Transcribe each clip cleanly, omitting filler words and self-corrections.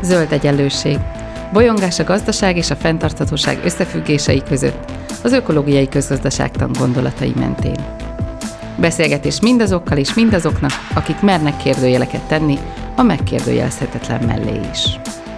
Zöld egyenlőség. Bolyongás a gazdaság és a fenntarthatóság összefüggései között, az ökológiai közgazdaságtan gondolatai mentén. Beszélgetés mindazokkal és mindazoknak, akik mernek kérdőjeleket tenni a megkérdőjelezhetetlen mellé is.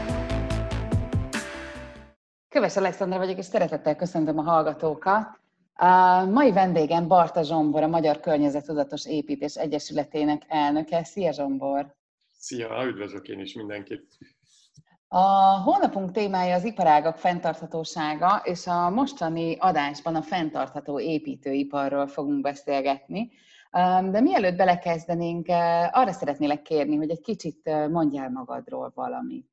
Köves Alexandra vagyok, és szeretettel köszöntöm a hallgatókat. A mai vendégem Barta Zsombor, a Magyar Környezettudatos Építés Egyesületének elnöke. Szia, Zsombor! Szia, üdvözlök én is mindenkit! A hónapunk témája az iparágak fenntarthatósága, és a mostani adásban a fenntartható építőiparról fogunk beszélgetni. De mielőtt belekezdenénk, arra szeretnélek kérni, hogy egy kicsit mondjál magadról valamit.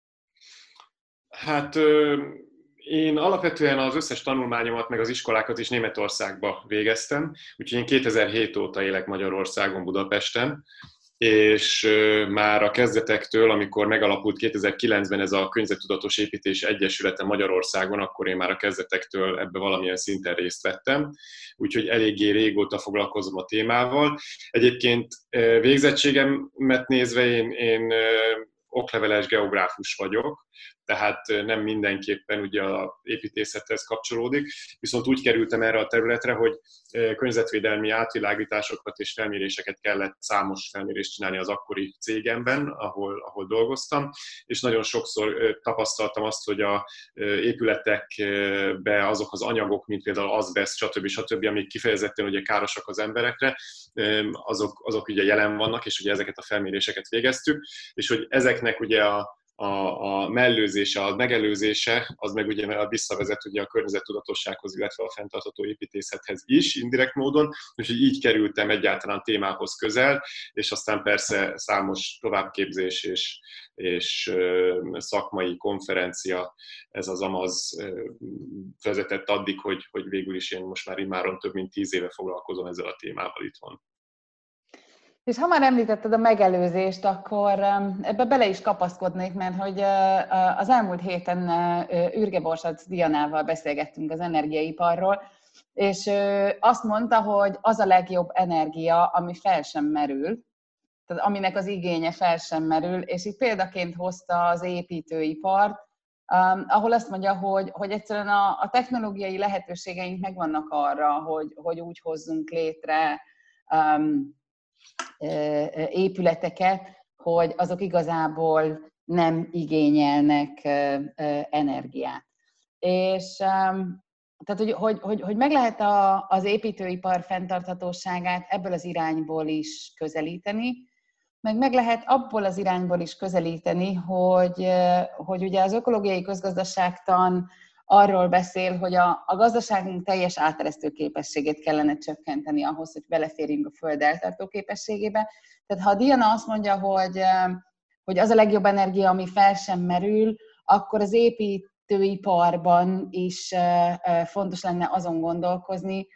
Hát én alapvetően az összes tanulmányomat, meg az iskolákat is Németországba végeztem, úgyhogy én 2007 óta élek Magyarországon, Budapesten, és már a kezdetektől, amikor megalapult 2009-ben ez a Környezettudatos Építés Egyesülete Magyarországon, akkor én már a kezdetektől ebbe valamilyen szinten részt vettem, úgyhogy eléggé régóta foglalkozom a témával. Egyébként végzettségemet nézve én okleveles geográfus vagyok, tehát nem mindenképpen ugye az építészethez kapcsolódik, viszont úgy kerültem erre a területre, hogy környezetvédelmi átvilágításokat és felméréseket kellett, számos felmérést csinálni az akkori cégemben, ahol dolgoztam, és nagyon sokszor tapasztaltam azt, hogy az épületekbe azok az anyagok, mint például azbeszt, stb., amik kifejezetten ugye károsak az emberekre, azok ugye jelen vannak, és ugye ezeket a felméréseket végeztük, és hogy ezeknek ugye a mellőzése, a megelőzése, az meg ugye visszavezet ugye a környezettudatossághoz, illetve a fenntartható építészethez is, indirekt módon, úgyhogy így kerültem egyáltalán témához közel, és aztán persze számos továbbképzés és szakmai konferencia, ez az AMAZ vezetett addig, hogy végül is én most már immáron több mint 10 éve foglalkozom ezzel a témával itthon. És ha már említetted a megelőzést, akkor ebbe bele is kapaszkodnék, mert hogy az elmúlt héten Ürge-Borsac Dianával beszélgettünk az energiaiparról, és azt mondta, hogy az a legjobb energia, ami fel sem merül, tehát aminek az igénye fel sem merül, és itt példaként hozta az építőipart, ahol azt mondja, hogy egyszerűen a technológiai lehetőségeink megvannak arra, hogy úgy hozzunk létre épületeket, hogy azok igazából nem igényelnek energiát. És tehát, hogy meg lehet az építőipar fenntarthatóságát ebből az irányból is közelíteni, meg lehet abból az irányból is közelíteni, hogy ugye az ökológiai közgazdaságtan arról beszél, hogy a gazdaságunk teljes áteresztő képességét kellene csökkenteni ahhoz, hogy beleférjünk a Föld eltartó képességébe. Tehát ha a Diana azt mondja, hogy az a legjobb energia, ami fel sem merül, akkor az építőiparban is fontos lenne azon gondolkozni,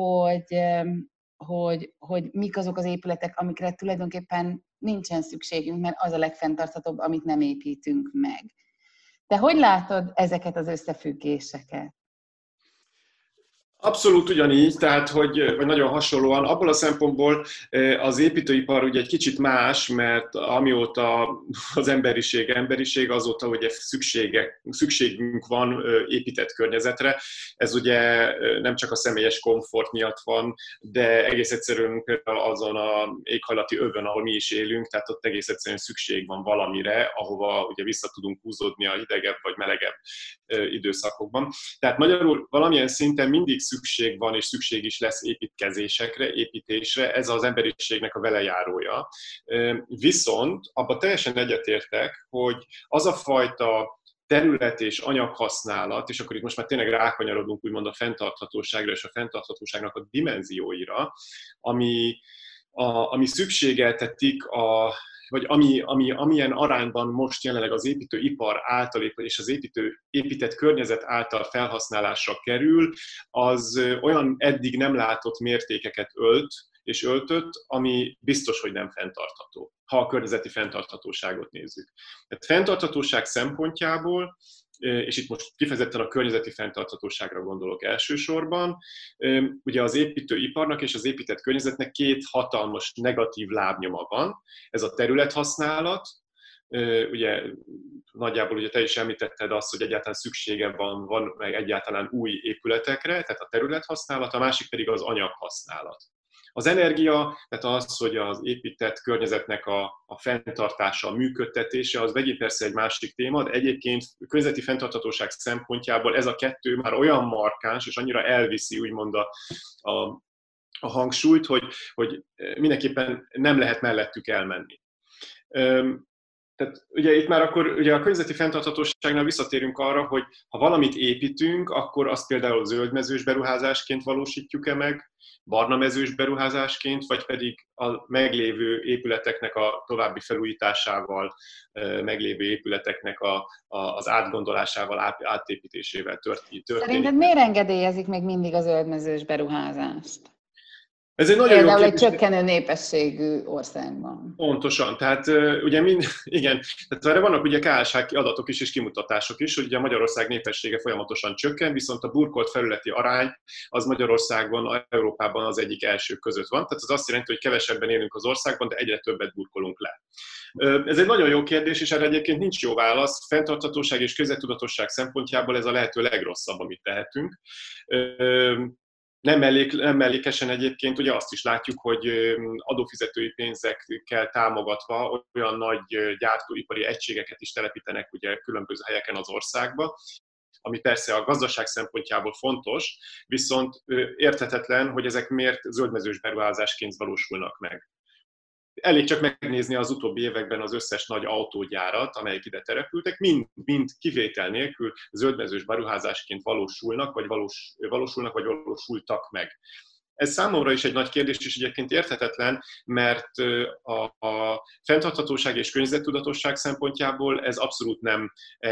hogy mik azok az épületek, amikre tulajdonképpen nincsen szükségünk, mert az a legfenntarthatóbb, amit nem építünk meg. De hogy látod ezeket az összefüggéseket? Abszolút ugyanígy, tehát vagy nagyon hasonlóan. Abból a szempontból az építőipar ugye egy kicsit más, mert amióta az emberiség, azóta ugye szükségünk van épített környezetre. Ez ugye nem csak a személyes komfort miatt van, de egész egyszerűen azon a éghajlati övön, ahol mi is élünk, tehát ott egész egyszerűen szükség van valamire, ahova ugye vissza tudunk húzódni a hidegebb vagy melegebb időszakokban. Tehát magyarul valamilyen szinten mindig szükség van, és szükség is lesz építkezésekre, építésre, ez az emberiségnek a velejárója. Viszont abban teljesen egyetértek, hogy az a fajta terület és anyaghasználat, és akkor itt most már tényleg rákanyarodunk úgymond a fenntarthatóságra és a fenntarthatóságnak a dimenzióira, ami szükségeltetik vagy amilyen arányban most jelenleg az építőipar által és az épített környezet által felhasználásra kerül, az olyan eddig nem látott mértékeket öltött, ami biztos, hogy nem fenntartható, ha a környezeti fenntarthatóságot nézzük. Tehát fenntarthatóság szempontjából, és itt most kifejezetten a környezeti fenntarthatóságra gondolok elsősorban, ugye az építőiparnak és az épített környezetnek két hatalmas negatív lábnyoma van. Ez a területhasználat, ugye nagyjából ugye te is említetted azt, hogy egyáltalán szüksége van meg egyáltalán új épületekre, tehát a területhasználat, a másik pedig az anyaghasználat. Az energia, tehát az, hogy az épített környezetnek a fenntartása, a működtetése, az megint persze egy másik téma, de egyébként környezeti fenntarthatóság szempontjából ez a kettő már olyan markáns, és annyira elviszi úgymond a hangsúlyt, hogy mindenképpen nem lehet mellettük elmenni. Tehát ugye itt már akkor ugye a környezeti fenntarthatóságnál visszatérünk arra, hogy ha valamit építünk, akkor azt például zöldmezős beruházásként valósítjuk-e meg, barnamezős beruházásként, vagy pedig a meglévő épületeknek a további felújításával, meglévő épületeknek az átgondolásával, átépítésével történik. Szerinted miért engedélyezik még mindig a zöldmezős beruházást? Ez egy nagyon például jó egy csökkenő népességű országban. Pontosan. Tehát ugye igen, tehát erre vannak ugye KSH adatok is és kimutatások is, hogy ugye Magyarország népessége folyamatosan csökken, viszont a burkolt felületi arány az Magyarországon, Európában az egyik elsők között van. Tehát az azt jelenti, hogy kevesebben élünk az országban, de egyre többet burkolunk le. Ez egy nagyon jó kérdés, és erre egyébként nincs jó válasz. Fenntarthatóság és köztudatosság szempontjából ez a lehető legrosszabb, amit tehetünk. Nem mellékesen egyébként ugye azt is látjuk, hogy adófizetői pénzekkel támogatva olyan nagy gyártóipari egységeket is telepítenek ugye különböző helyeken az országba, ami persze a gazdaság szempontjából fontos, viszont érthetetlen, hogy ezek miért zöldmezős beruházásként valósulnak meg. Elég csak megnézni az utóbbi években az összes nagy autógyárat, amelyek ide települtek, mind kivétel nélkül zöldmezős beruházásként valósulnak, vagy valósultak meg. Ez számomra is egy nagy kérdés, és egyébként érthetetlen, mert a fenntarthatóság és környezettudatosság szempontjából ez abszolút nem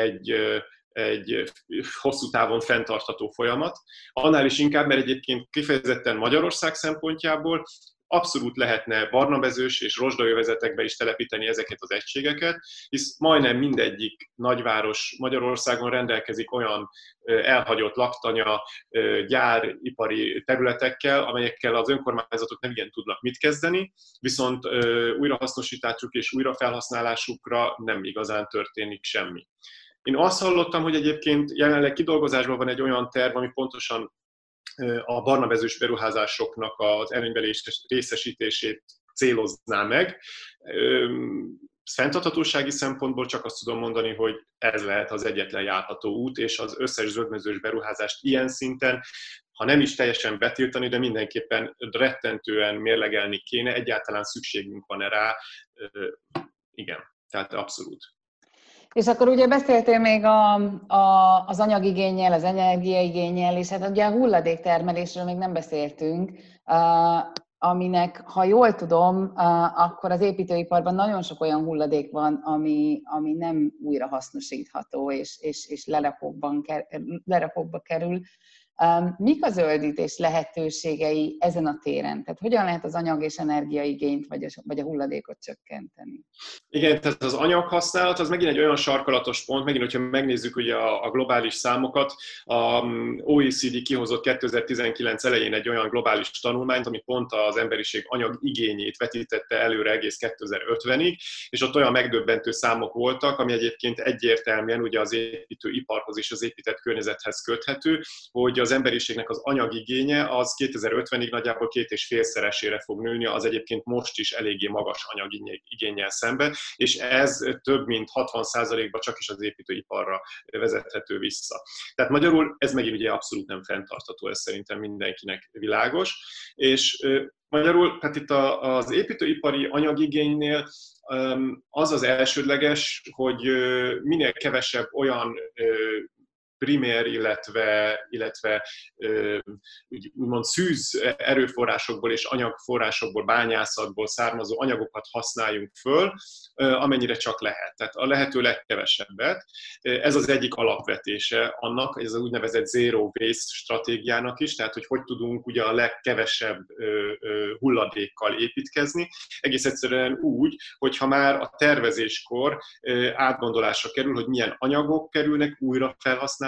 egy hosszú távon fenntartható folyamat. Annál is inkább, mert egyébként kifejezetten Magyarország szempontjából abszolút lehetne barnamezős és rozsdajövezetekbe is telepíteni ezeket az egységeket, hisz majdnem mindegyik nagyváros Magyarországon rendelkezik olyan elhagyott laktanya, gyáripari területekkel, amelyekkel az önkormányzatok nem igen tudnak mit kezdeni, viszont újrahasznosításuk és újrafelhasználásukra nem igazán történik semmi. Én azt hallottam, hogy egyébként jelenleg kidolgozásban van egy olyan terv, ami pontosan a barnamezős beruházásoknak az előnyben részesítését célozná meg. Fenntarthatósági szempontból csak azt tudom mondani, hogy ez lehet az egyetlen járható út, és az összes zöldmezős beruházást ilyen szinten, ha nem is teljesen betiltani, de mindenképpen rettentően mérlegelni kéne, egyáltalán szükségünk van rá. Igen, tehát abszolút. És akkor ugye beszéltél még az anyagigénnyel, az energiaigénnyel, és hát ugye a hulladéktermelésről még nem beszéltünk, aminek, ha jól tudom, akkor az építőiparban nagyon sok olyan hulladék van, ami nem újrahasznosítható, és lerakókba kerül. Mik a zöldítés lehetőségei ezen a téren? Tehát hogyan lehet az anyag- és energiaigényt vagy a hulladékot csökkenteni? Igen, tehát az anyaghasználat az megint egy olyan sarkalatos pont, megint, hogyha megnézzük ugye a globális számokat, a OECD kihozott 2019 elején egy olyan globális tanulmányt, ami pont az emberiség anyagigényét vetítette előre egész 2050-ig, és ott olyan megdöbbentő számok voltak, ami egyébként egyértelműen ugye az építőiparhoz és az épített környezethez köthető, hogy az emberiségnek az anyagigénye az 2050-ig nagyjából 2,5-szeresére fog nőni, az egyébként most is eléggé magas anyagigénnyel szemben, és ez több mint 60%-ban csak is az építőiparra vezethető vissza. Tehát magyarul ez megint ugye abszolút nem fenntartható, ez szerintem mindenkinek világos, és magyarul, tehát itt az építőipari anyagigénynél az az elsődleges, hogy minél kevesebb olyan primér, illetve úgymond szűz erőforrásokból és anyagforrásokból, bányászatból származó anyagokat használjunk föl, amennyire csak lehet. Tehát a lehető legkevesebbet. Ez az egyik alapvetése annak, ez az úgynevezett zero waste stratégiának is, tehát hogy tudunk ugye a legkevesebb hulladékkal építkezni. Egész egyszerűen úgy, hogyha már a tervezéskor átgondolásra kerül, hogy milyen anyagok kerülnek újra felhasználásra,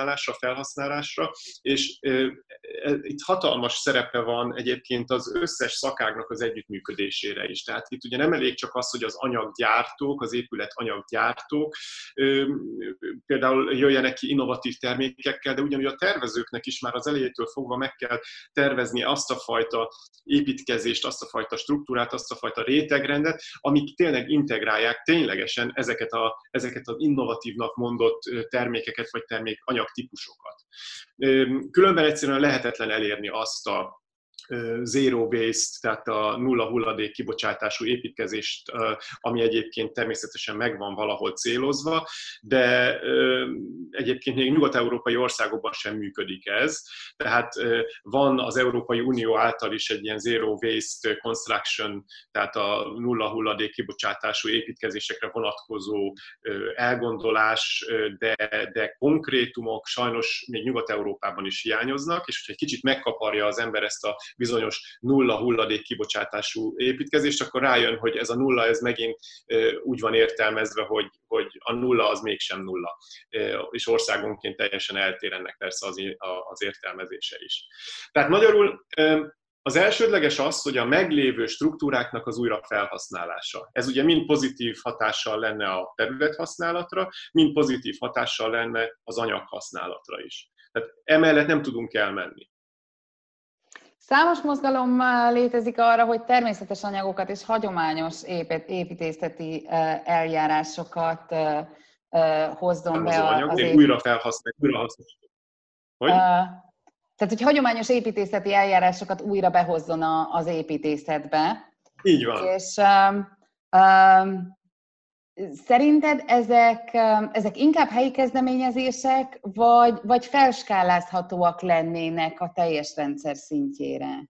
felhasználásra, és itt hatalmas szerepe van egyébként az összes szakágnak az együttműködésére is. Tehát itt ugye nem elég csak az, hogy az anyaggyártók, az épület anyaggyártók például jöjjenek ki innovatív termékekkel, de ugyanúgy a tervezőknek is már az elejétől fogva meg kell tervezni azt a fajta építkezést, azt a fajta struktúrát, azt a fajta rétegrendet, amik tényleg integrálják ténylegesen ezeket az innovatívnak mondott termékeket, vagy termékanyagtípusokat. Különben egyszerűen lehetetlen elérni azt a zero waste, tehát a nulla hulladék kibocsátású építkezést, ami egyébként természetesen megvan valahol célozva, de egyébként még nyugat-európai országokban sem működik ez. Tehát van az Európai Unió által is egy ilyen zero waste construction, tehát a nulla hulladék kibocsátású építkezésekre vonatkozó elgondolás, de konkrétumok sajnos még Nyugat-Európában is hiányoznak, és hogyha egy kicsit megkaparja az ember ezt a bizonyos nulla hulladék kibocsátású építkezést, akkor rájön, hogy ez a nulla, ez megint úgy van értelmezve, hogy a nulla az mégsem nulla. És országonként teljesen eltér ennek persze az értelmezése is. Tehát magyarul az elsődleges az, hogy a meglévő struktúráknak az újrafelhasználása. Ez ugye mind pozitív hatással lenne a területhasználatra, mind pozitív hatással lenne az anyaghasználatra is. Tehát emellett nem tudunk elmenni. Számos mozgalom létezik arra, hogy természetes anyagokat és hagyományos építészeti eljárásokat hozzon be az újrafelhasználás. Hogy? Tehát, hogy hagyományos építészeti eljárásokat újra behozzon az építészetbe. Így van. És szerinted ezek inkább helyi kezdeményezések, vagy felskálázhatóak lennének a teljes rendszer szintjére?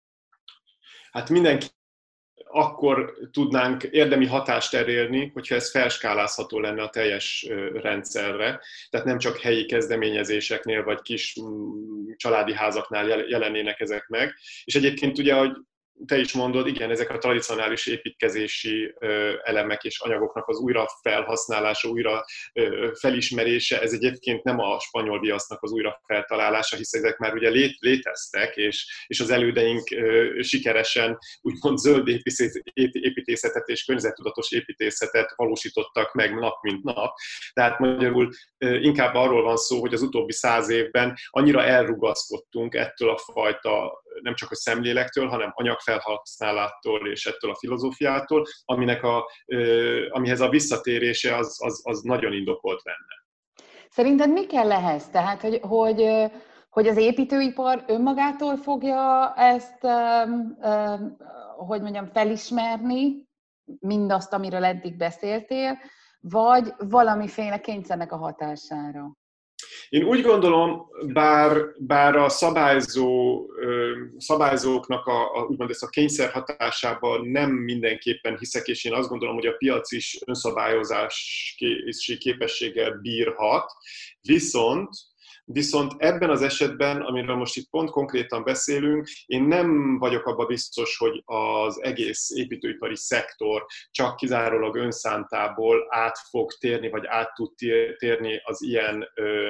Hát mindenki akkor tudnánk érdemi hatást elérni, hogyha ez felskálázható lenne a teljes rendszerre. Tehát nem csak helyi kezdeményezéseknél, vagy kis családi házaknál jelennének ezek meg. És egyébként ugye, hogy te is mondod, igen, ezek a tradicionális építkezési elemek és anyagoknak az újra felhasználása, újra felismerése, ez egyébként nem a spanyol viasznak az újra feltalálása, hiszen ezek már ugye léteztek, és az elődeink sikeresen úgymond zöld építészetet és környezettudatos építészetet valósítottak meg nap mint nap. Tehát magyarul inkább arról van szó, hogy az utóbbi 100 évben annyira elrugaszkodtunk ettől a fajta, nem csak a szemlélektől, hanem anyagfelhasználattól és ettől a filozófiától, amihez a visszatérése az nagyon indokolt lenne. Szerinted mi kell ehhez? Tehát, hogy az építőipar önmagától fogja ezt, hogy mondjam, felismerni, mindazt, amiről eddig beszéltél, vagy valamiféle kényszernek a hatására? Én úgy gondolom, bár a szabályzóknak úgymond ezt a kényszer hatásában nem mindenképpen hiszek, és én azt gondolom, hogy a piac is önszabályozási képességgel bírhat, viszont ebben az esetben, amiről most itt pont konkrétan beszélünk, én nem vagyok abban biztos, hogy az egész építőipari szektor csak kizárólag önszántából át fog térni, vagy át tud térni az ilyen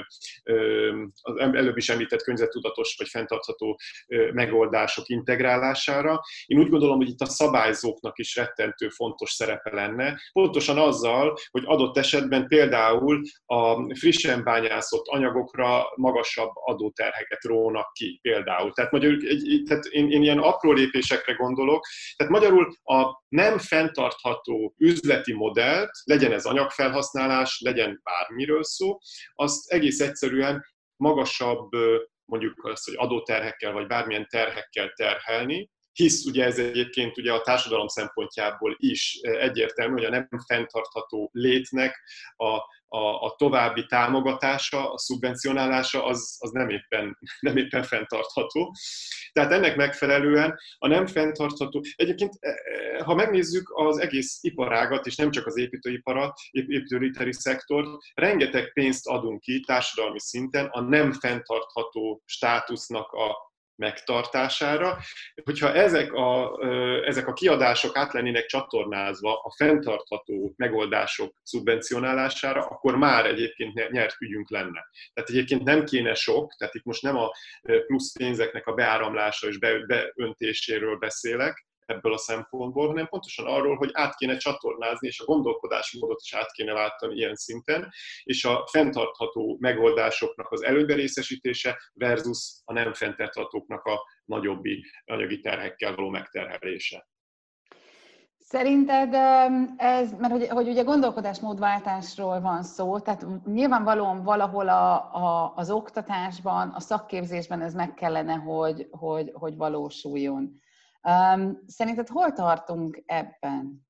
az előbb is említett környezettudatos vagy fenntartható megoldások integrálására. Én úgy gondolom, hogy itt a szabályzóknak is rettentő fontos szerepe lenne, pontosan azzal, hogy adott esetben például a frissen bányászott anyagokra magasabb adóterheket rónak ki például. Tehát én ilyen apró lépésekre gondolok. Tehát magyarul a nem fenntartható üzleti modellt, legyen ez anyagfelhasználás, legyen bármiről szó, azt egész egyszerűen magasabb, mondjuk azt, hogy adóterhekkel vagy bármilyen terhekkel terhelni, hisz ugye ez egyébként ugye a társadalom szempontjából is egyértelmű, hogy a nem fenntartható létnek a további támogatása, a szubvencionálása az nem éppen fenntartható. Tehát ennek megfelelően a nem fenntartható, egyébként ha megnézzük az egész iparágat, és nem csak az építőipari szektort, rengeteg pénzt adunk ki társadalmi szinten a nem fenntartható státusznak a megtartására. Hogyha ezek a kiadások át lennének csatornázva a fenntartható megoldások szubvencionálására, akkor már egyébként nyert ügyünk lenne. Tehát egyébként nem kéne sok, tehát itt most nem a plusz pénzeknek a beáramlása és beöntéséről beszélek ebből a szempontból, hanem pontosan arról, hogy át kéne csatornázni, és a gondolkodásmódot is át kéne váltani ilyen szinten, és a fenntartható megoldásoknak az előnybe részesítése versus a nem fenntarthatóknak a nagyobbi anyagi terhekkel való megterhelése. Szerinted ez, mert hogy ugye gondolkodásmódváltásról van szó, tehát nyilvánvalóan valahol az oktatásban, a szakképzésben ez meg kellene, hogy valósuljon. Szerinted hol tartunk ebben?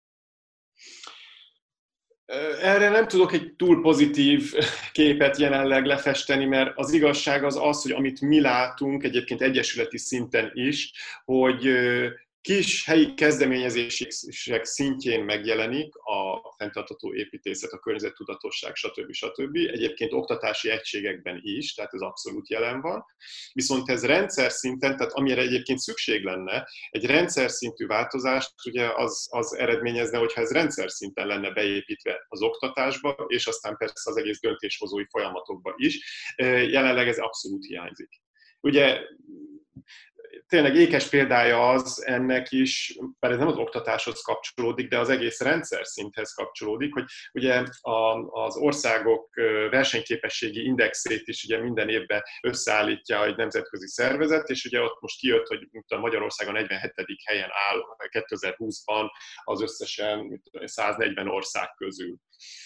Erre nem tudok egy túl pozitív képet jelenleg lefesteni, mert az igazság az, hogy amit mi látunk egyébként egyesületi szinten is, hogy kis helyi kezdeményezések szintjén megjelenik a fenntartható építészet, a környezettudatosság, stb. Egyébként oktatási egységekben is, tehát ez abszolút jelen van. Viszont ez rendszer szinten, tehát amire egyébként szükség lenne, egy rendszer szintű változást ugye az eredményezne, hogyha ez rendszer szinten lenne beépítve az oktatásba, és aztán persze az egész döntéshozói folyamatokba is. Jelenleg ez abszolút hiányzik. Ugye tényleg ékes példája az ennek is, bár ez nem az oktatáshoz kapcsolódik, de az egész rendszer szinthez kapcsolódik, hogy ugye az országok versenyképességi indexét is ugye minden évben összeállítja egy nemzetközi szervezet, és ugye ott most kijött, hogy Magyarország a 47. helyen áll 2020-ban az összesen 140 ország közül.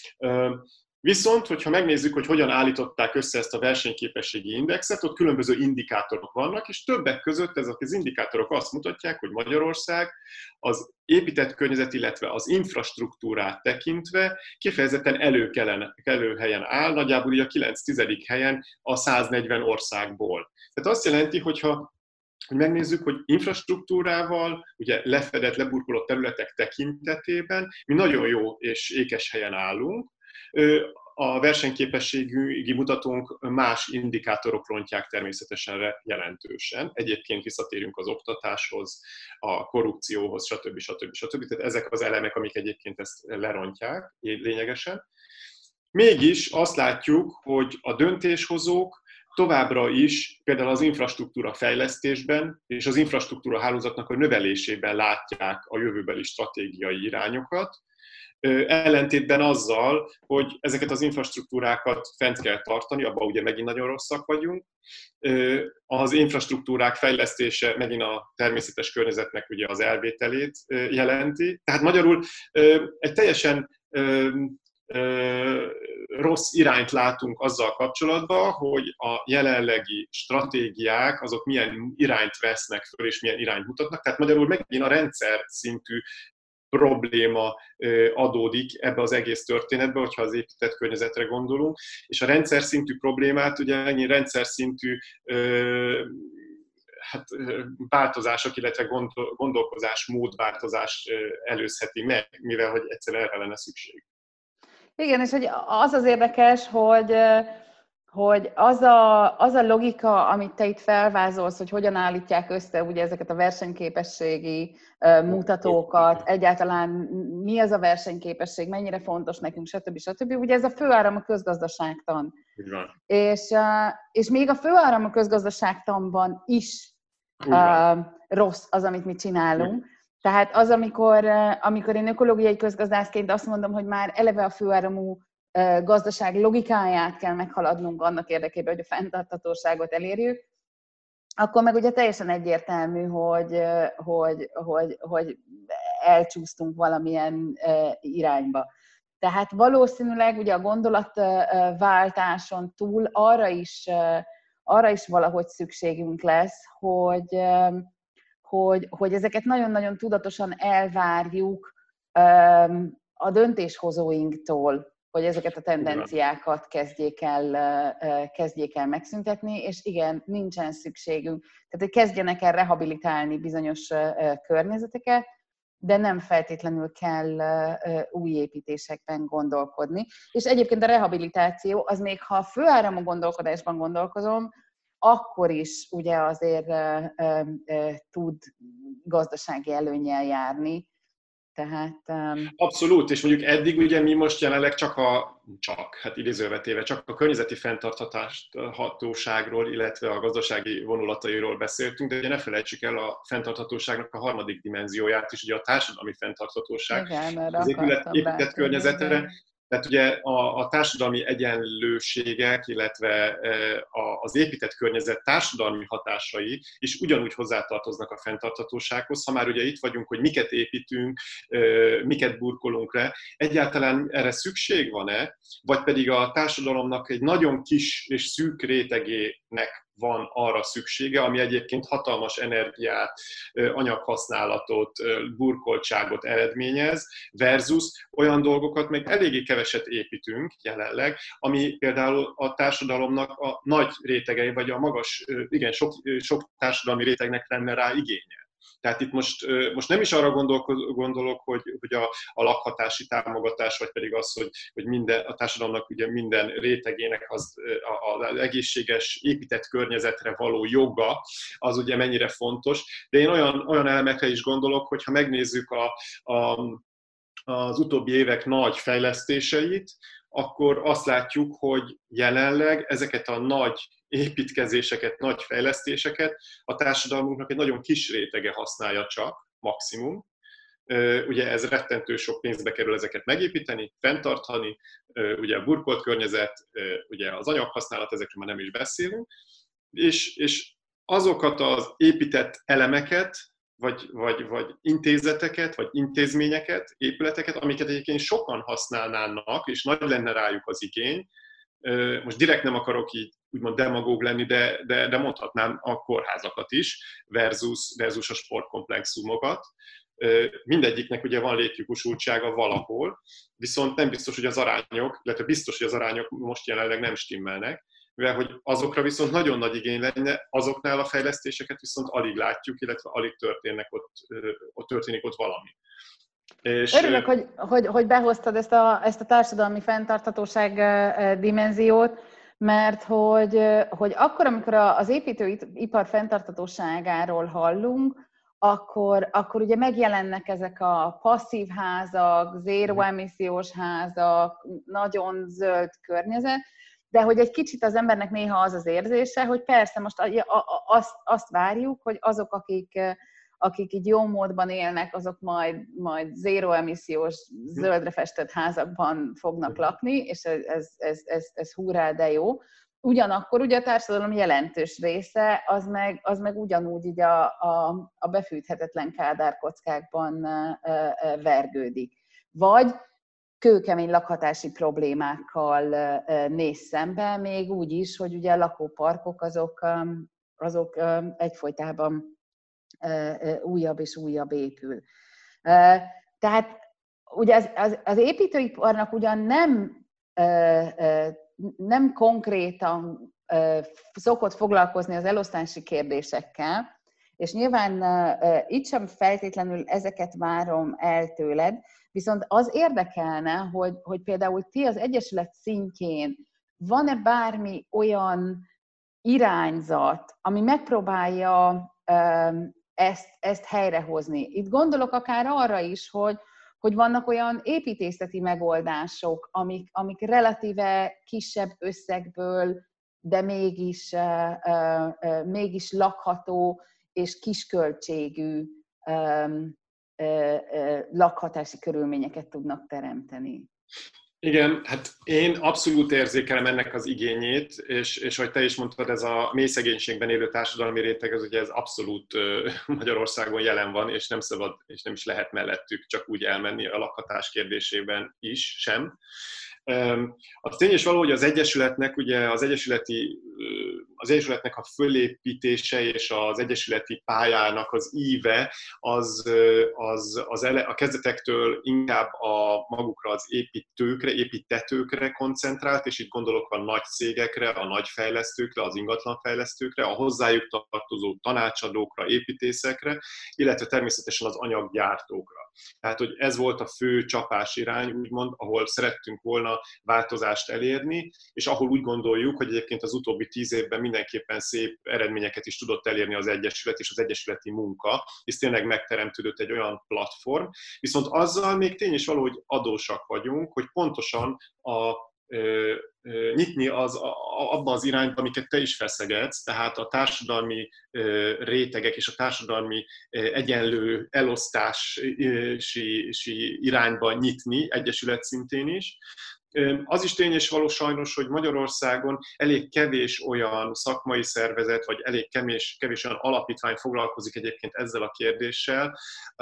Viszont, hogyha megnézzük, hogy hogyan állították össze ezt a versenyképességi indexet, ott különböző indikátorok vannak, és többek között ezek az indikátorok azt mutatják, hogy Magyarország az épített környezet, illetve az infrastruktúrát tekintve kifejezetten előhelyen áll, nagyjából így a 9-10. helyen a 140 országból. Tehát azt jelenti, hogy megnézzük, hogy infrastruktúrával, ugye lefedett, leburkolott területek tekintetében mi nagyon jó és ékes helyen állunk. A versenyképességi mutatónk más indikátorok rontják természetesen jelentősen. Egyébként visszatérünk az oktatáshoz, a korrupcióhoz, stb. Tehát ezek az elemek, amik egyébként ezt lerontják lényegesen. Mégis azt látjuk, hogy a döntéshozók továbbra is például az infrastruktúra fejlesztésben és az infrastruktúra hálózatnak a növelésében látják a jövőbeli stratégiai irányokat, ellentétben azzal, hogy ezeket az infrastruktúrákat fent kell tartani, abban ugye megint nagyon rosszak vagyunk. Az infrastruktúrák fejlesztése megint a természetes környezetnek ugye az elvételét jelenti. Tehát magyarul egy teljesen rossz irányt látunk azzal kapcsolatban, hogy a jelenlegi stratégiák azok milyen irányt vesznek föl és milyen irányt mutatnak. Tehát magyarul megint a rendszer szintű probléma adódik ebbe az egész történetbe, hogyha az épített környezetre gondolunk, és a rendszer szintű problémát ugye ennyi rendszer szintű változások, illetve gondolkozásmódváltozás előzheti meg, mivel hogy egyszerűen erre lenne szükség. Igen, és hogy az érdekes, hogy az a logika, amit te itt felvázolsz, hogy hogyan állítják össze ugye ezeket a versenyképességi mutatókat, egyáltalán mi az a versenyképesség, mennyire fontos nekünk, stb. Ugye ez a főáram a közgazdaságtan. És még a főáram a közgazdaságtanban is rossz az, amit mi csinálunk. Tehát az, amikor én ökológiai közgazdászként azt mondom, hogy már eleve a főáramú gazdaság logikáját kell meghaladnunk annak érdekében, hogy a fenntarthatóságot elérjük, akkor meg ugye teljesen egyértelmű, hogy elcsúsztunk valamilyen irányba. Tehát valószínűleg ugye a gondolatváltáson túl arra is valahogy szükségünk lesz, hogy ezeket nagyon-nagyon tudatosan elvárjuk a döntéshozóinktól, hogy ezeket a tendenciákat kezdjék el megszüntetni, és igen, nincsen szükségünk. Tehát, hogy kezdjenek el rehabilitálni bizonyos környezeteket, de nem feltétlenül kell új építésekben gondolkodni. És egyébként a rehabilitáció, az még ha a főáramú gondolkodásban gondolkozom, akkor is ugye azért tud gazdasági előnnyel járni. Tehát, abszolút, és mondjuk eddig ugye mi most jelenleg hát idézőjelbe téve, csak a környezeti fenntarthatóságról, illetve a gazdasági vonulatairól beszéltünk, de ugye ne felejtsük el a fenntarthatóságnak a harmadik dimenzióját is, ugye a társadalmi fenntarthatóság. igen, Az épített környezetre. Tehát ugye a társadalmi egyenlőségek, illetve az épített környezet társadalmi hatásai is ugyanúgy hozzátartoznak a fenntarthatósághoz. Ha már ugye itt vagyunk, hogy miket építünk, miket burkolunk le, egyáltalán erre szükség van-e, vagy pedig a társadalomnak egy nagyon kis és szűk rétegének van arra szüksége, ami egyébként hatalmas energiát, anyaghasználatot, burkoltságot eredményez, versus olyan dolgokat meg eléggé keveset építünk jelenleg, ami például a társadalomnak a nagy rétegei, vagy a magas, igen, sok társadalmi rétegnek lenne rá igénye. Tehát itt most nem is arra gondolok, hogy a lakhatási támogatás, vagy pedig az, hogy a társadalomnak ugye minden rétegének az egészséges épített környezetre való joga, az ugye mennyire fontos. De én olyan elemekre is gondolok, hogy ha megnézzük az utóbbi évek nagy fejlesztéseit, akkor azt látjuk, hogy jelenleg ezeket a nagy építkezéseket, nagy fejlesztéseket a társadalmunknak egy nagyon kis rétege használja csak, maximum. Ugye ez rettentő sok pénzbe kerül ezeket megépíteni, fenntartani, ugye a burkolt környezet, ugye az anyaghasználat, ezekről már nem is beszélünk, és azokat az épített elemeket, vagy intézeteket, vagy intézményeket, épületeket, amiket egyébként sokan használnának, és nagy lenne rájuk az igény. Most direkt nem akarok így úgymond demagóg lenni, de mondhatnám a kórházakat is, versus a sportkomplexumokat. Mindegyiknek ugye van létjogosultsága valahol, viszont nem biztos, hogy az arányok, illetve biztos, hogy az arányok most jelenleg nem stimmelnek, mivel hogy azokra viszont nagyon nagy igény lenne, azoknál a fejlesztéseket viszont alig látjuk, illetve alig történik ott valami. És örülök, hogy behoztad ezt a társadalmi fenntarthatóság dimenziót, mert hogy akkor, amikor az építőipar fenntarthatóságáról hallunk, akkor ugye megjelennek ezek a passzív házak, zéró emissziós házak, nagyon zöld környezet, de hogy egy kicsit az embernek néha az az érzése, hogy persze most azt várjuk, hogy azok, akik így jó módban élnek, azok majd zéró emissziós, zöldre festett házakban fognak lakni, és ez hurrá, de jó. Ugyanakkor ugye a társadalom jelentős része, az meg ugyanúgy így a befűthetetlen kádárkockákban vergődik. Vagy kőkemény lakhatási problémákkal néz szembe, még úgy is, hogy ugye a lakóparkok azok egyfolytában újabb és újabb épül. Tehát ugye az építőiparnak ugyan nem konkrétan szokott foglalkozni az elosztási kérdésekkel, és nyilván itt sem feltétlenül ezeket várom el tőled, viszont az érdekelne, hogy például ti az Egyesület szintjén van-e bármi olyan irányzat, ami megpróbálja ezt helyrehozni. Itt gondolok akár arra is, hogy vannak olyan építészeti megoldások, amik relatíve kisebb összegből, de mégis lakható és kisköltségű lakhatási körülményeket tudnak teremteni. Igen, hát én abszolút érzékelem ennek az igényét, és hogy te is mondtad, ez a mély szegénységben élő társadalmi réteg, az ugye ez abszolút Magyarországon jelen van, és nem szabad, és nem is lehet mellettük csak úgy elmenni a lakhatás kérdésében is sem. Az tény és való, hogy az Egyesületnek, ugye az Egyesületnek a fölépítése és az egyesületi pályának az íve a kezdetektől inkább magukra az építtetőkre koncentrált, és itt gondolok a nagy cégekre, a nagy fejlesztőkre, az ingatlanfejlesztőkre, a hozzájuk tartozó tanácsadókra, építészekre, illetve természetesen az anyaggyártókra. Tehát, hogy ez volt a fő csapásirány, úgymond, ahol szerettünk volna volna változást elérni, és ahol úgy gondoljuk, hogy egyébként az utóbbi 10 évben mindenképpen szép eredményeket is tudott elérni az Egyesület és az egyesületi munka, és tényleg megteremtődött egy olyan platform, viszont azzal még tény és való, hogy adósak vagyunk, hogy pontosan nyitni abba az irányba, amiket te is feszegetsz, tehát a társadalmi rétegek és a társadalmi egyenlő elosztási irányba nyitni, egyesület szintén is. Az is tény és való sajnos, hogy Magyarországon elég kevés olyan szakmai szervezet, vagy elég kevés olyan alapítvány foglalkozik egyébként ezzel a kérdéssel,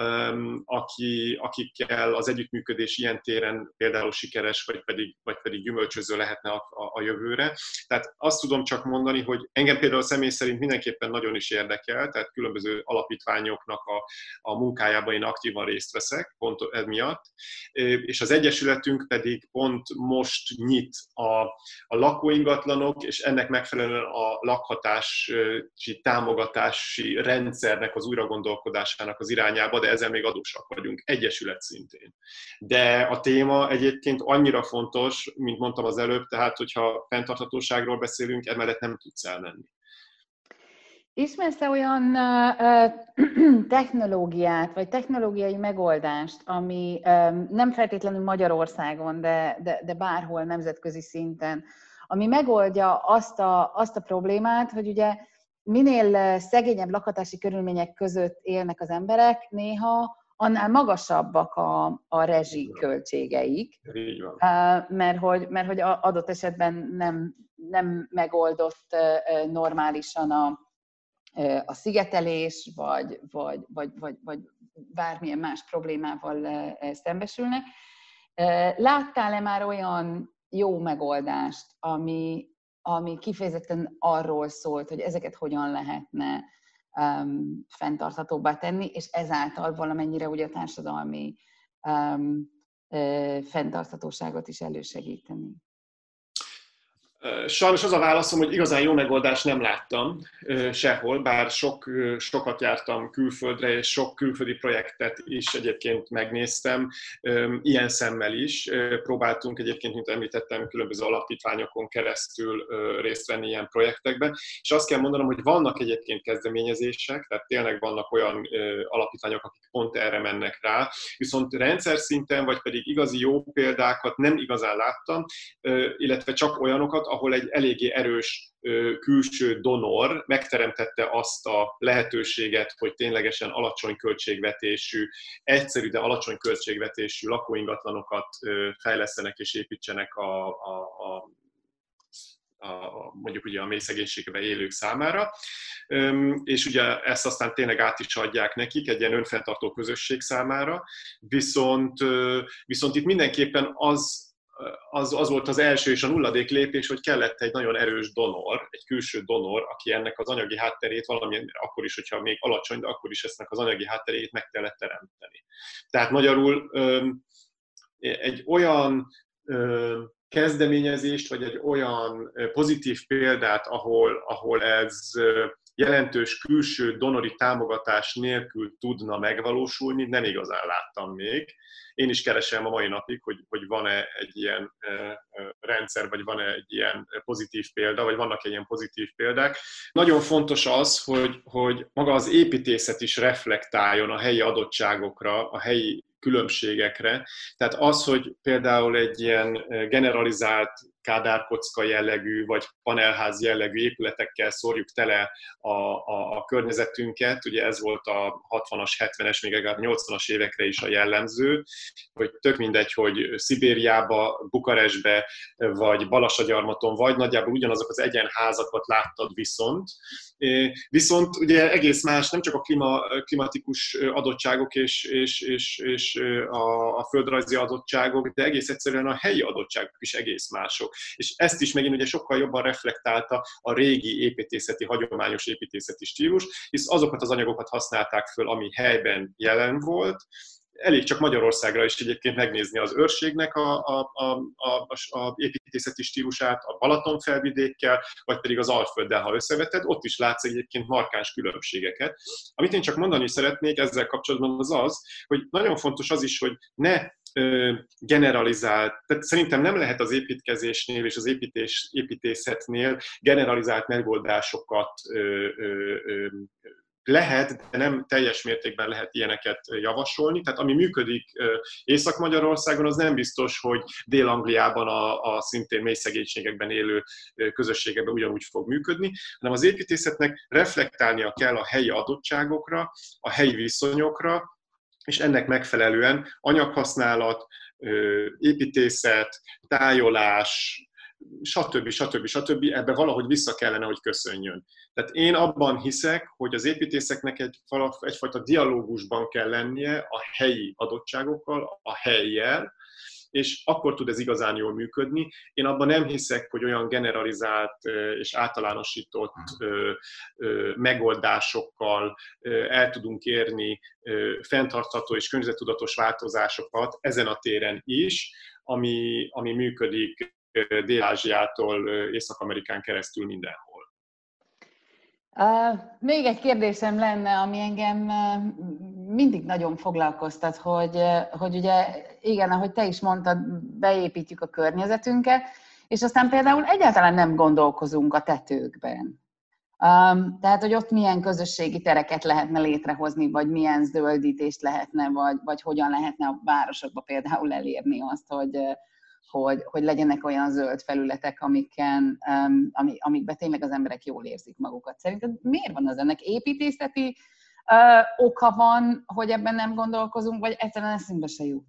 akikkel az együttműködés ilyen téren például sikeres, vagy pedig gyümölcsöző lehetne a jövőre. Tehát azt tudom csak mondani, hogy engem például személy szerint mindenképpen nagyon is érdekel, tehát különböző alapítványoknak a munkájában én aktívan részt veszek, pont ez miatt, és az egyesületünk pedig pont most nyit a lakóingatlanok, és ennek megfelelően a lakhatási támogatási rendszernek az újragondolkodásának az irányába, de ezzel még adósak vagyunk, egyesület szintén. De a téma egyébként annyira fontos, mint mondtam az előbb, tehát hogyha fenntarthatóságról beszélünk, emellett nem tudsz elmenni. Ismersz-e olyan technológiát, vagy technológiai megoldást, ami nem feltétlenül Magyarországon, de bárhol nemzetközi szinten, ami megoldja azt a problémát, hogy ugye minél szegényebb lakhatási körülmények között élnek az emberek, néha annál magasabbak a rezsi költségeik, mert hogy adott esetben nem megoldott normálisan a szigetelés, vagy bármilyen más problémával szembesülnek. Láttál-e már olyan jó megoldást, ami kifejezetten arról szólt, hogy ezeket hogyan lehetne fenntarthatóbbá tenni, és ezáltal valamennyire ugye a társadalmi fenntarthatóságot is elősegíteni? Sajnos az a válaszom, hogy igazán jó megoldást nem láttam sehol, bár sokat jártam külföldre, és sok külföldi projektet is egyébként megnéztem, ilyen szemmel is. Próbáltunk egyébként, mint említettem, különböző alapítványokon keresztül részt venni ilyen projektekben, és azt kell mondanom, hogy vannak egyébként kezdeményezések, tehát tényleg vannak olyan alapítványok, akik pont erre mennek rá, viszont rendszer szinten, vagy pedig igazi jó példákat nem igazán láttam, illetve csak olyanokat, ahol egy eléggé erős külső donor megteremtette azt a lehetőséget, hogy ténylegesen alacsony költségvetésű, egyszerű, de alacsony költségvetésű lakóingatlanokat fejlesztenek és építsenek mondjuk ugye a mély szegénységben élők számára, és ugye ezt aztán tényleg át is adják nekik egy ilyen önfenntartó közösség számára, viszont itt mindenképpen az volt az első és a nulladék lépés, hogy kellett egy nagyon erős donor, egy külső donor, aki ennek az anyagi hátterét valamilyen, akkor is, hogyha még alacsony, de akkor is ezt az anyagi hátterét meg kellett teremteni. Tehát magyarul egy olyan kezdeményezést, vagy egy olyan pozitív példát, ahol ez jelentős külső donori támogatás nélkül tudna megvalósulni, nem igazán láttam még. Én is keresem a mai napig, hogy van-e egy ilyen rendszer, vagy van-e egy ilyen pozitív példa, vagy vannak ilyen pozitív példák. Nagyon fontos az, hogy maga az építészet is reflektáljon a helyi adottságokra, a helyi különbségekre. Tehát az, hogy például egy ilyen generalizált kádárkocka jellegű, vagy panelház jellegű épületekkel szórjuk tele a környezetünket, ugye ez volt a 60-as, 70-es, még akár 80-as évekre is a jellemző, hogy tök mindegy, hogy Szibériába, Bukarestbe, vagy Balassagyarmaton vagy, nagyjából ugyanazok az egyenházakat láttad viszont ugye egész más, nem csak a klimatikus adottságok és a földrajzi adottságok, de egész egyszerűen a helyi adottságok is egész mások. És ezt is megint ugye sokkal jobban reflektálta a régi építészeti, hagyományos építészeti stílus, hisz azokat az anyagokat használták föl, ami helyben jelen volt. Elég csak Magyarországra is egyébként megnézni az őrségnek a építészeti stílusát, a Balaton felvidékkel, vagy pedig az Alfölddel, ha összeveted, ott is látsz egyébként markáns különbségeket. Amit én csak mondani szeretnék ezzel kapcsolatban az, hogy nagyon fontos az is, hogy ne generalizált, tehát szerintem nem lehet az építkezésnél és az építészetnél generalizált megoldásokat lehet, de nem teljes mértékben lehet ilyeneket javasolni. Tehát ami működik Észak-Magyarországon, az nem biztos, hogy Dél-Angliában a szintén mély szegénységekben élő közösségekben ugyanúgy fog működni, hanem az építészetnek reflektálnia kell a helyi adottságokra, a helyi viszonyokra, és ennek megfelelően anyaghasználat, építészet, tájolás, stb. Ebbe valahogy vissza kellene, hogy köszönjön. Tehát én abban hiszek, hogy az építészeknek egyfajta dialógusban kell lennie a helyi adottságokkal, a hellyel, és akkor tud ez igazán jól működni. Én abban nem hiszek, hogy olyan generalizált és általánosított megoldásokkal el tudunk érni fenntartható és környezettudatos változásokat ezen a téren is, ami működik Dél-Ázsiától Észak-Amerikán keresztül mindenhol. Még egy kérdésem lenne, ami engem mindig nagyon foglalkoztat, hogy ugye, igen, ahogy te is mondtad, beépítjük a környezetünket, és aztán például egyáltalán nem gondolkozunk a tetőkben. Tehát, hogy ott milyen közösségi tereket lehetne létrehozni, vagy milyen zöldítést lehetne, vagy hogyan lehetne a városokba például elérni azt, hogy legyenek olyan zöld felületek, amikben tényleg az emberek jól érzik magukat. Szerinted miért van az ennek? Építészeti oka van, hogy ebben nem gondolkozunk, vagy egyszerűen eszünkbe se jut?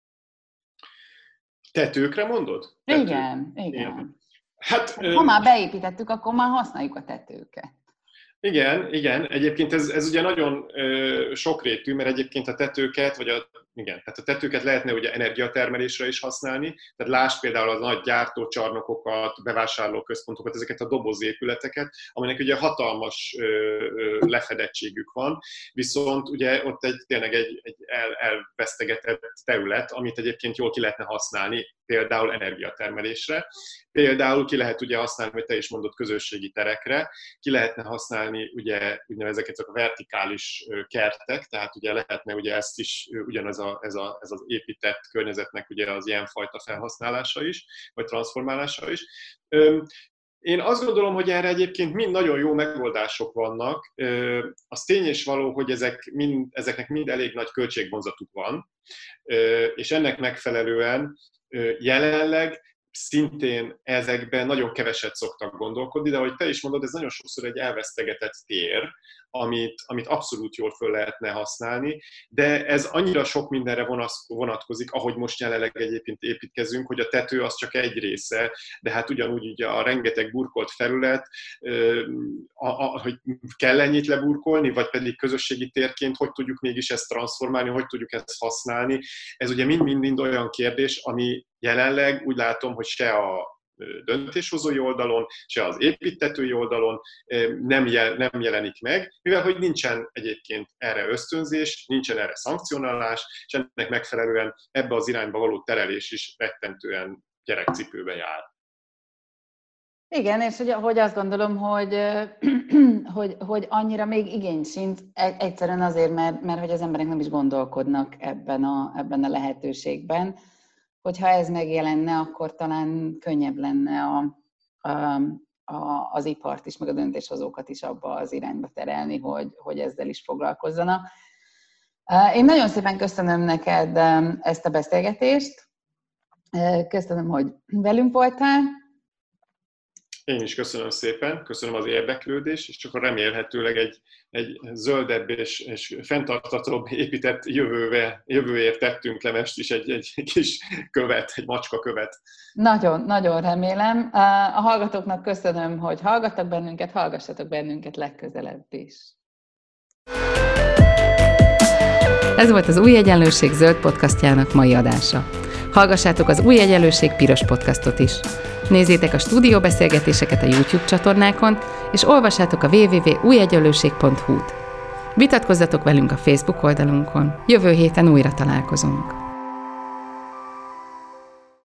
Tetőkre mondod? Igen. Hát, ha már beépítettük, akkor már használjuk a tetőket. Igen. Egyébként ez ugye nagyon sokrétű, mert egyébként a tetőket, tehát a tetőket lehetne ugye energiatermelésre is használni. Tehát lásd például a nagy gyártócsarnokokat, bevásárlóközpontokat, ezeket a dobozépületeket, aminek ugye hatalmas lefedettségük van, viszont ugye ott tényleg egy elvesztegetett terület, amit egyébként jól ki lehetne használni, például energiatermelésre. Például ki lehet ugye használni, hogy te is mondod, közösségi terekre, ki lehetne használni ugye ezeket a vertikális kertek, tehát ugye lehetne ugye ezt is ugyanez az épített környezetnek ugye az ilyenfajta felhasználása is, vagy transformálása is. Én azt gondolom, hogy erre egyébként mind nagyon jó megoldások vannak. Az tény és való, hogy ezeknek mind elég nagy költségvonzatuk van, és ennek megfelelően jelenleg szintén ezekben nagyon keveset szoktak gondolkodni, de ahogy te is mondod, ez nagyon sokszor egy elvesztegetett tér, amit abszolút jól föl lehetne használni, de ez annyira sok mindenre vonatkozik, ahogy most jelenleg egyébként építkezünk, hogy a tető az csak egy része, de hát ugyanúgy ugye a rengeteg burkolt felület, hogy kell ennyit leburkolni, vagy pedig közösségi térként, hogy tudjuk mégis ezt transformálni, hogy tudjuk ezt használni. Ez ugye mind olyan kérdés, ami jelenleg úgy látom, hogy se a döntéshozói oldalon, se az építtetői oldalon nem jelenik meg, mivel hogy nincsen egyébként erre ösztönzés, nincsen erre szankcionálás, és ennek megfelelően ebbe az irányba való terelés is rettentően gyerekcipőbe jár. Igen, és hogy azt gondolom, hogy annyira még igény sincs, egyszerűen azért, mert hogy az emberek nem is gondolkodnak ebben a lehetőségben. Hogyha ez megjelenne, akkor talán könnyebb lenne az ipart is, meg a döntéshozókat is abba az irányba terelni, hogy ezzel is foglalkozzanak. Én nagyon szépen köszönöm neked ezt a beszélgetést. Köszönöm, hogy velünk voltál. Én is köszönöm szépen, köszönöm az érdeklődést, és akkor remélhetőleg egy zöldebb és fenntarthatóbb épített jövőért tettünk le most is egy kis követ, egy macska követ. Nagyon, nagyon remélem. A hallgatóknak köszönöm, hogy hallgattak bennünket, hallgassatok bennünket legközelebb is. Ez volt az Új Egyenlőség zöld podcastjának mai adása. Hallgassátok az Új Egyenlőség piros podcastot is. Nézzétek a stúdióbeszélgetéseket a YouTube csatornákon, és olvassátok a www.újegyenlőség.hu-t. Vitatkozzatok velünk a Facebook oldalunkon. Jövő héten újra találkozunk.